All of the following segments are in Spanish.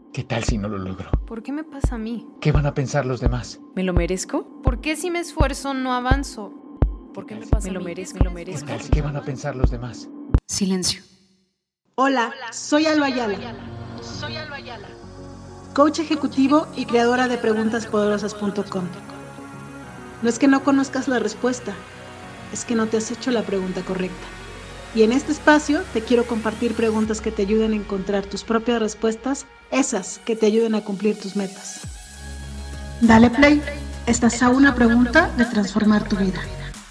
¿Qué tal si no lo logro? ¿Por qué me pasa a mí? ¿Qué van a pensar los demás? ¿Me lo merezco? ¿Por qué si me esfuerzo no avanzo? ¿Por qué me pasa a mí? ¿Me lo merezco? ¿Qué van a pensar los demás? Silencio. Hola, soy Alba Ayala, coach ejecutivo y creadora de preguntaspoderosas.com. No es que no conozcas la respuesta, es que no te has hecho la pregunta correcta. Y en este espacio te quiero compartir preguntas que te ayuden a encontrar tus propias respuestas, esas que te ayuden a cumplir tus metas. Dale play, estás a una pregunta de transformar tu vida.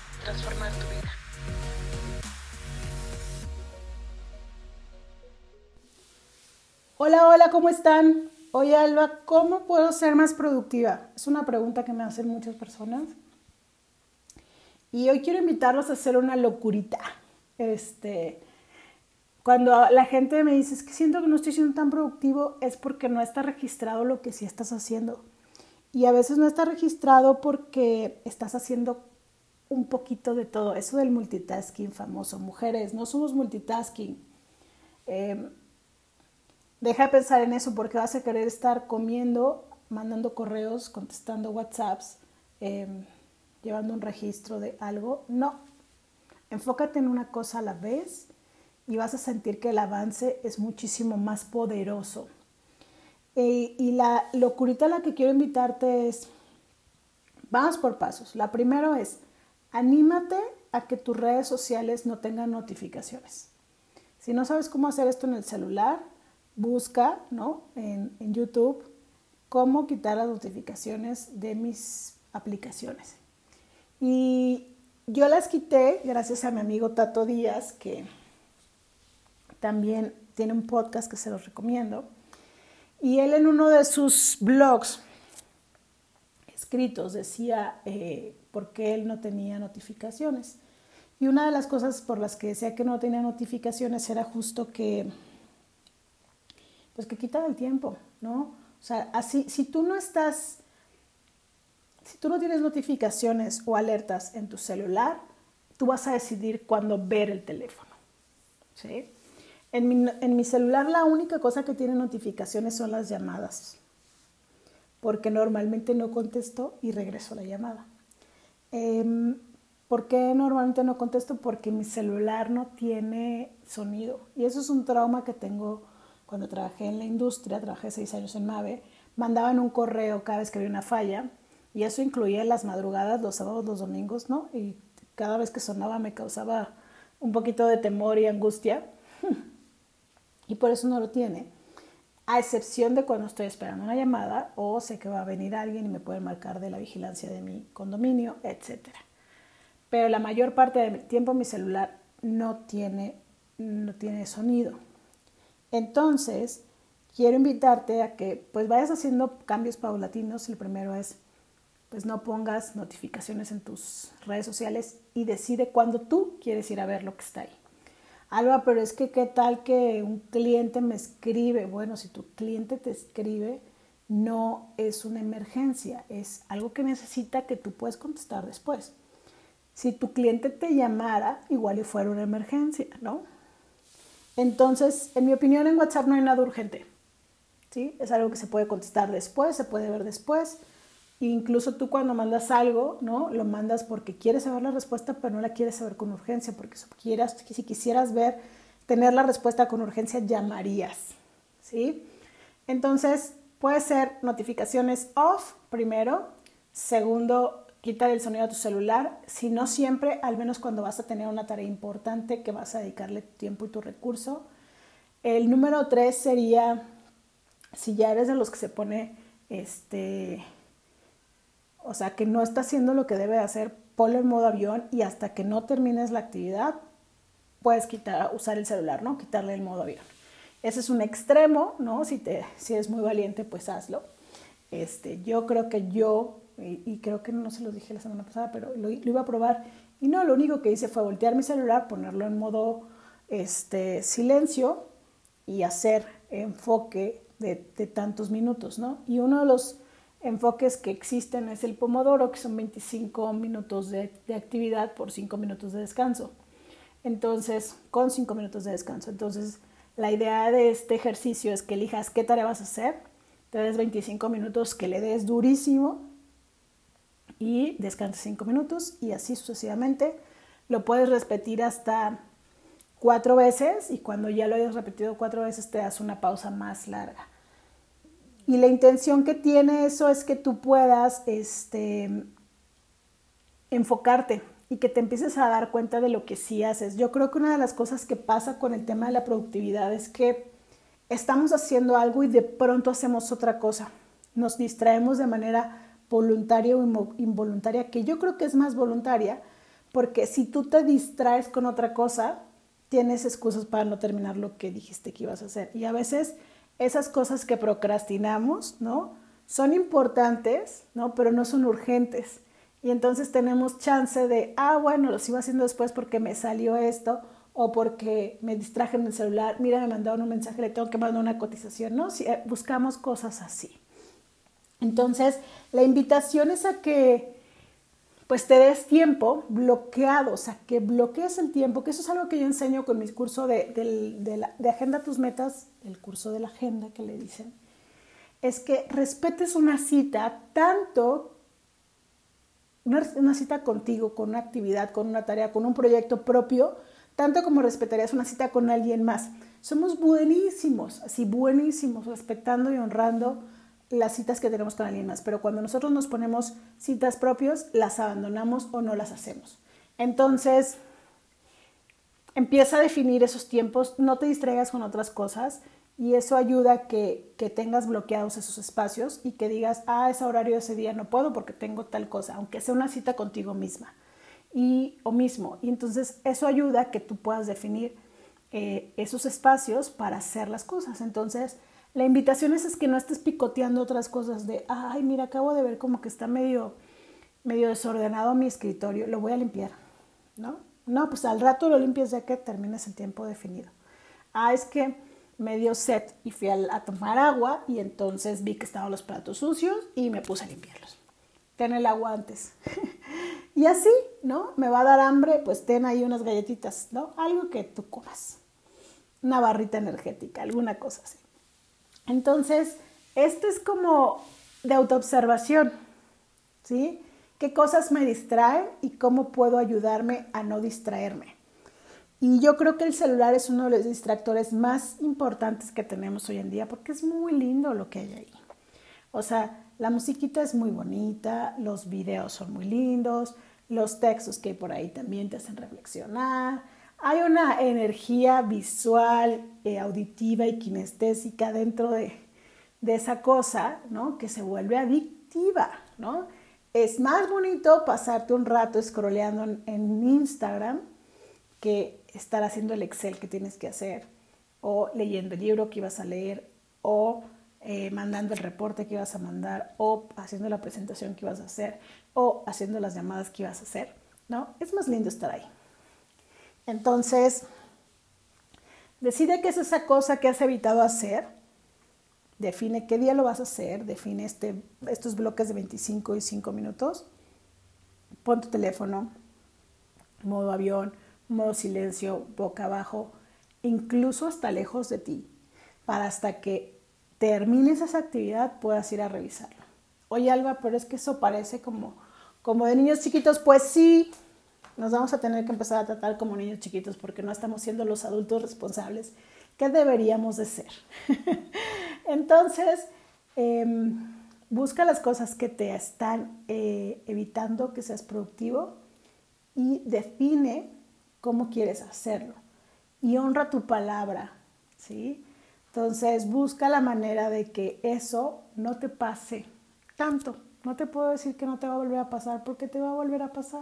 Hola, ¿cómo están? Oye, Alba, ¿cómo puedo ser más productiva? Es una pregunta que me hacen muchas personas. Y hoy quiero invitarlos a hacer una locurita. Cuando la gente me dice, es que siento que no estoy siendo tan productivo, es porque no está registrado lo que sí estás haciendo. Y a veces no está registrado porque estás haciendo un poquito de todo. Eso del multitasking famoso. Mujeres, no somos multitasking. Deja de pensar en eso porque vas a querer estar comiendo, mandando correos, contestando WhatsApps, llevando un registro de algo. No, enfócate en una cosa a la vez y vas a sentir que el avance es muchísimo más poderoso. Y la locurita a la que quiero invitarte es, vamos por pasos. La primera es, anímate a que tus redes sociales no tengan notificaciones. Si no sabes cómo hacer esto en el celular, busca, ¿no?, en YouTube cómo quitar las notificaciones de mis aplicaciones. Y yo las quité gracias a mi amigo Tato Díaz, que también tiene un podcast que se los recomiendo. Y él en uno de sus blogs escritos decía por qué él no tenía notificaciones. Y una de las cosas por las que decía que no tenía notificaciones era justo que quitaba el tiempo, ¿no? O sea, así, si tú no tienes notificaciones o alertas en tu celular, tú vas a decidir cuándo ver el teléfono, ¿sí? En mi celular la única cosa que tiene notificaciones son las llamadas, porque normalmente no contesto y regreso la llamada. ¿Por qué normalmente no contesto? Porque mi celular no tiene sonido, y eso es un trauma que tengo. Cuando trabajé en la industria, trabajé 6 años en Mave, mandaban un correo cada vez que había una falla, y eso incluía las madrugadas, los sábados, los domingos, ¿no? Y cada vez que sonaba me causaba un poquito de temor y angustia, y por eso no lo tiene, a excepción de cuando estoy esperando una llamada o sé que va a venir alguien y me puede marcar de la vigilancia de mi condominio, etc. Pero la mayor parte del tiempo mi celular no tiene sonido. Entonces, quiero invitarte a que pues vayas haciendo cambios paulatinos. El primero es, pues no pongas notificaciones en tus redes sociales y decide cuándo tú quieres ir a ver lo que está ahí. Alba, pero es que ¿qué tal que un cliente me escribe? Bueno, si tu cliente te escribe, no es una emergencia, es algo que necesita que tú puedes contestar después. Si tu cliente te llamara, igual y fuera una emergencia, ¿no? Entonces, en mi opinión, en WhatsApp no hay nada urgente, ¿sí? Es algo que se puede contestar después, se puede ver después. E incluso tú cuando mandas algo, ¿no?, lo mandas porque quieres saber la respuesta, pero no la quieres saber con urgencia, porque si quisieras tener la respuesta con urgencia, llamarías, ¿sí? Entonces, puede ser notificaciones off primero. Segundo, quitar el sonido de tu celular, si no siempre, al menos cuando vas a tener una tarea importante que vas a dedicarle tu tiempo y tu recurso. El número 3 sería, si ya eres de los que se pone, o sea, que no está haciendo lo que debe hacer, ponlo en modo avión y hasta que no termines la actividad, puedes usar el celular, ¿no? Quitarle el modo avión. Ese es un extremo, ¿no? Si eres muy valiente, pues hazlo. Yo creo que y creo que no se los dije la semana pasada, pero lo iba a probar y no, lo único que hice fue voltear mi celular, ponerlo en modo silencio y hacer enfoque de tantos minutos, ¿no? Y uno de los enfoques que existen es el Pomodoro, que son 25 minutos de actividad por 5 minutos de descanso. Entonces, con 5 minutos de descanso. Entonces, la idea de este ejercicio es que elijas qué tarea vas a hacer te des 25 minutos que le des durísimo y descanses 5 minutos y así sucesivamente. Lo puedes repetir hasta 4 veces y cuando ya lo hayas repetido 4 veces te das una pausa más larga. Y la intención que tiene eso es que tú puedas enfocarte y que te empieces a dar cuenta de lo que sí haces. Yo creo que una de las cosas que pasa con el tema de la productividad es que estamos haciendo algo y de pronto hacemos otra cosa. Nos distraemos de manera voluntaria o involuntaria, que yo creo que es más voluntaria, porque si tú te distraes con otra cosa, tienes excusas para no terminar lo que dijiste que ibas a hacer. Y a veces esas cosas que procrastinamos, ¿no? Son importantes, ¿no? Pero no son urgentes. Y entonces tenemos chance de, bueno, lo sigo haciendo después porque me salió esto o porque me distraje en el celular. Mira, me mandaron un mensaje, le tengo que mandar una cotización, ¿no? Si buscamos cosas así. Entonces, la invitación es a que pues te des tiempo bloqueado, o sea, que bloquees el tiempo, que eso es algo que yo enseño con mi curso de Agenda Tus Metas, el curso de la agenda que le dicen, es que respetes una cita, tanto una cita contigo, con una actividad, con una tarea, con un proyecto propio, tanto como respetarías una cita con alguien más. Somos buenísimos, así buenísimos, respetando y honrando las citas que tenemos con alguien más, pero cuando nosotros nos ponemos citas propias, las abandonamos o no las hacemos. Entonces, empieza a definir esos tiempos, no te distraigas con otras cosas y eso ayuda a que tengas bloqueados esos espacios y que digas, ese horario de ese día no puedo porque tengo tal cosa, aunque sea una cita contigo misma o mismo. Y entonces eso ayuda a que tú puedas definir esos espacios para hacer las cosas. Entonces, la invitación es que no estés picoteando otras cosas de, mira, acabo de ver como que está medio desordenado mi escritorio, lo voy a limpiar, ¿no? No, pues al rato lo limpias ya que termines el tiempo definido. Es que me dio sed y fui a tomar agua y entonces vi que estaban los platos sucios y me puse a limpiarlos. Ten el agua antes. Y así, ¿no? Me va a dar hambre, pues ten ahí unas galletitas, ¿no? Algo que tú comas. Una barrita energética, alguna cosa así. Entonces, esto es como de autoobservación, ¿sí? ¿Qué cosas me distraen y cómo puedo ayudarme a no distraerme? Y yo creo que el celular es uno de los distractores más importantes que tenemos hoy en día porque es muy lindo lo que hay ahí. O sea, la musiquita es muy bonita, los videos son muy lindos, los textos que hay por ahí también te hacen reflexionar. Hay una energía visual, auditiva y kinestésica dentro de esa cosa, ¿no? Que se vuelve adictiva, ¿no? Es más bonito pasarte un rato scrolleando en Instagram que estar haciendo el Excel que tienes que hacer, o leyendo el libro que ibas a leer, o mandando el reporte que ibas a mandar, o haciendo la presentación que ibas a hacer, o haciendo las llamadas que ibas a hacer, ¿no? Es más lindo estar ahí. Entonces, decide qué es esa cosa que has evitado hacer, define qué día lo vas a hacer, define estos bloques de 25 y 5 minutos, pon tu teléfono, modo avión, modo silencio, boca abajo, incluso hasta lejos de ti, para hasta que termines esa actividad puedas ir a revisarlo. Oye, Alba, pero es que eso parece como de niños chiquitos. Pues sí, nos vamos a tener que empezar a tratar como niños chiquitos porque no estamos siendo los adultos responsables que deberíamos de ser. Entonces, busca las cosas que te están evitando que seas productivo y define cómo quieres hacerlo y honra tu palabra, ¿sí? Entonces, busca la manera de que eso no te pase tanto. No te puedo decir que no te va a volver a pasar porque te va a volver a pasar.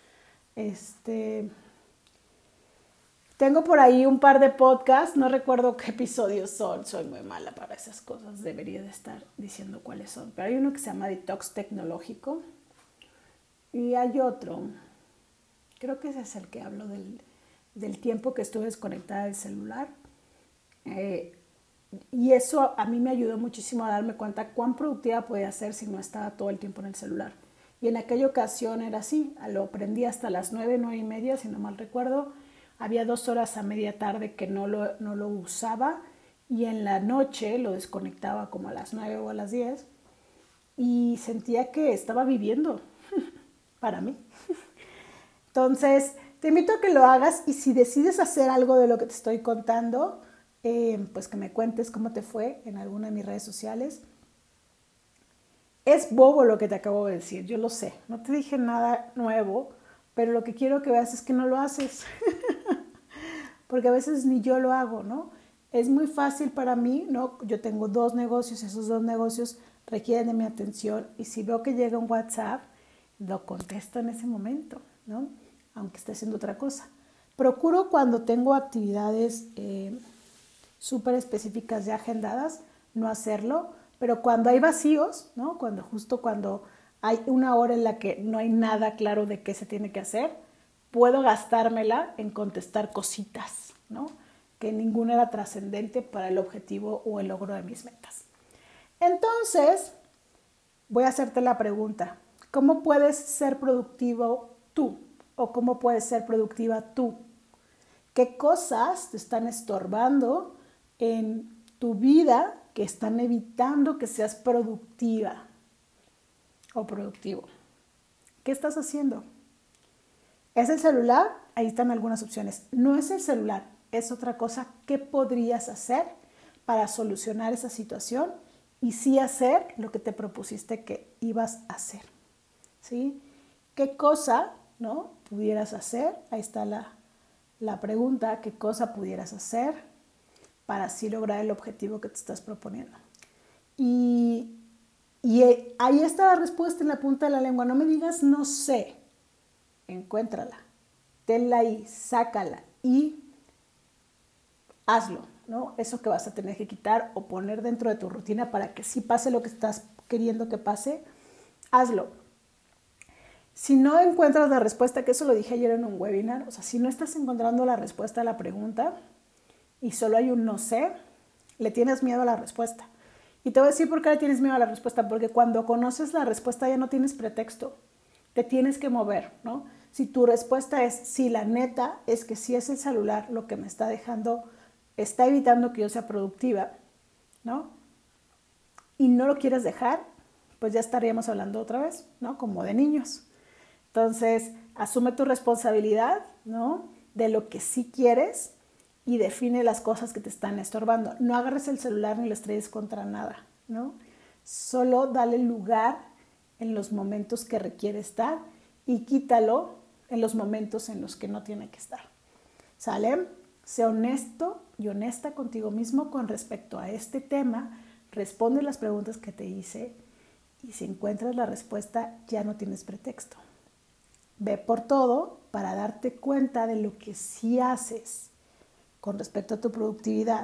Tengo por ahí un par de podcasts, no recuerdo qué episodios son, soy muy mala para esas cosas, debería de estar diciendo cuáles son, pero hay uno que se llama Detox Tecnológico y hay otro, creo que ese es el que hablo del tiempo que estuve desconectada del celular y eso a mí me ayudó muchísimo a darme cuenta cuán productiva podía ser si no estaba todo el tiempo en el celular. Y en aquella ocasión era así, lo prendí hasta las 9:30, si no mal recuerdo. Había 2 horas a media tarde que no lo usaba y en la noche lo desconectaba como a las 9 o a las 10 y sentía que estaba viviendo para mí. Entonces, te invito a que lo hagas y si decides hacer algo de lo que te estoy contando, pues que me cuentes cómo te fue en alguna de mis redes sociales. Es bobo lo que te acabo de decir, yo lo sé, no te dije nada nuevo, pero lo que quiero que veas es que no lo haces, porque a veces ni yo lo hago, ¿no? Es muy fácil para mí, ¿no? Yo tengo 2 negocios, esos 2 negocios requieren de mi atención y si veo que llega un WhatsApp, lo contesto en ese momento, ¿no? Aunque esté haciendo otra cosa. Procuro cuando tengo actividades súper específicas ya agendadas, no hacerlo, pero cuando hay vacíos, ¿no? Cuando hay una hora en la que no hay nada claro de qué se tiene que hacer, puedo gastármela en contestar cositas, ¿no? Que ninguna era trascendente para el objetivo o el logro de mis metas. Entonces, voy a hacerte la pregunta, ¿cómo puedes ser productivo tú? ¿O cómo puedes ser productiva tú? ¿Qué cosas te están estorbando en tu vida que están evitando que seas productiva o productivo? ¿Qué estás haciendo? ¿Es el celular? Ahí están algunas opciones. No es el celular, es otra cosa. ¿Qué podrías hacer para solucionar esa situación y sí hacer lo que te propusiste que ibas a hacer? ¿Sí? ¿Qué cosa, no, pudieras hacer? Ahí está la pregunta. ¿Qué cosa pudieras hacer para así lograr el objetivo que te estás proponiendo? Y ahí está la respuesta en la punta de la lengua. No me digas no sé. Encuéntrala. Tenla ahí, sácala y hazlo, ¿no? Eso que vas a tener que quitar o poner dentro de tu rutina para que sí pase lo que estás queriendo que pase, hazlo. Si no encuentras la respuesta, que eso lo dije ayer en un webinar, o sea, si no estás encontrando la respuesta a la pregunta y solo hay un no sé, le tienes miedo a la respuesta. Y te voy a decir por qué le tienes miedo a la respuesta, porque cuando conoces la respuesta ya no tienes pretexto, te tienes que mover, ¿no? Si tu respuesta es sí, la neta es que sí es el celular lo que me está dejando, está evitando que yo sea productiva, ¿no? Y no lo quieres dejar, pues ya estaríamos hablando otra vez, ¿no? Como de niños. Entonces, asume tu responsabilidad, ¿no? De lo que sí quieres y define las cosas que te están estorbando. No agarres el celular ni lo estrelles contra nada, ¿no? Solo dale lugar en los momentos que requiere estar y quítalo en los momentos en los que no tiene que estar. ¿Sale? Sé honesto y honesta contigo mismo con respecto a este tema. Responde las preguntas que te hice y si encuentras la respuesta ya no tienes pretexto. Ve por todo para darte cuenta de lo que sí haces con respecto a tu productividad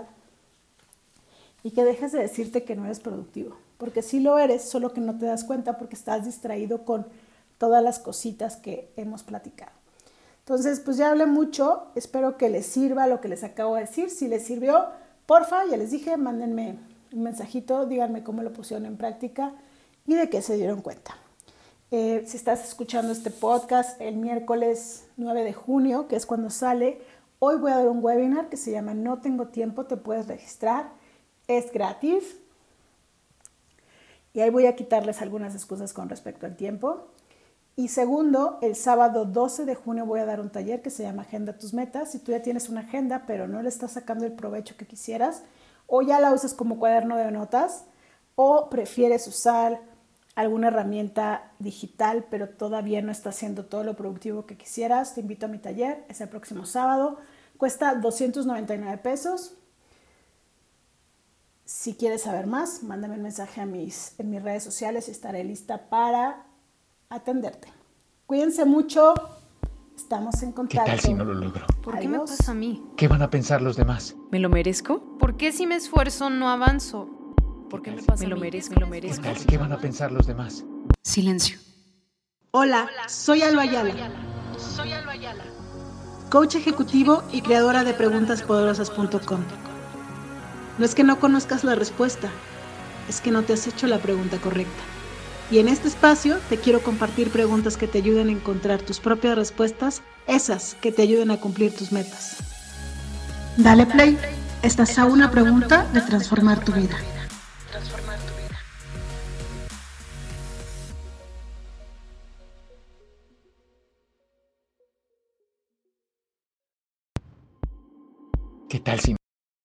y que dejes de decirte que no eres productivo, porque sí lo eres, solo que no te das cuenta porque estás distraído con todas las cositas que hemos platicado. Entonces, pues ya hablé mucho, espero que les sirva lo que les acabo de decir. Si les sirvió, porfa, ya les dije, mándenme un mensajito, díganme cómo lo pusieron en práctica y de qué se dieron cuenta. Si estás escuchando este podcast el miércoles 9 de junio, que es cuando sale, hoy voy a dar un webinar que se llama No Tengo Tiempo, te puedes registrar, es gratis y ahí voy a quitarles algunas excusas con respecto al tiempo. Y segundo, el sábado 12 de junio voy a dar un taller que se llama Agenda tus metas. Si tú ya tienes una agenda pero no le estás sacando el provecho que quisieras o ya la usas como cuaderno de notas o prefieres usar alguna herramienta digital pero todavía no está haciendo todo lo productivo que quisieras, te invito a mi taller, es el próximo sábado, cuesta 299 pesos. Si quieres saber más, mándame un mensaje en mis redes sociales y estaré lista para atenderte. Cuídense mucho, estamos en contacto. ¿Qué tal si no lo logro? ¿Por qué me pasa a mí? ¿Qué van a pensar los demás? ¿Me lo merezco? ¿Por qué si me esfuerzo no avanzo? ¿Por qué me pasa a mí? Me lo merezco. ¿Qué van a pensar los demás? Silencio. Hola, soy Alba Ayala. Coach ejecutivo y creadora de preguntaspoderosas.com. No es que no conozcas la respuesta, es que no te has hecho la pregunta correcta. Y en este espacio te quiero compartir preguntas que te ayuden a encontrar tus propias respuestas, esas que te ayuden a cumplir tus metas. Dale play, Estás a una pregunta de transformar tu vida. ¿Qué tal si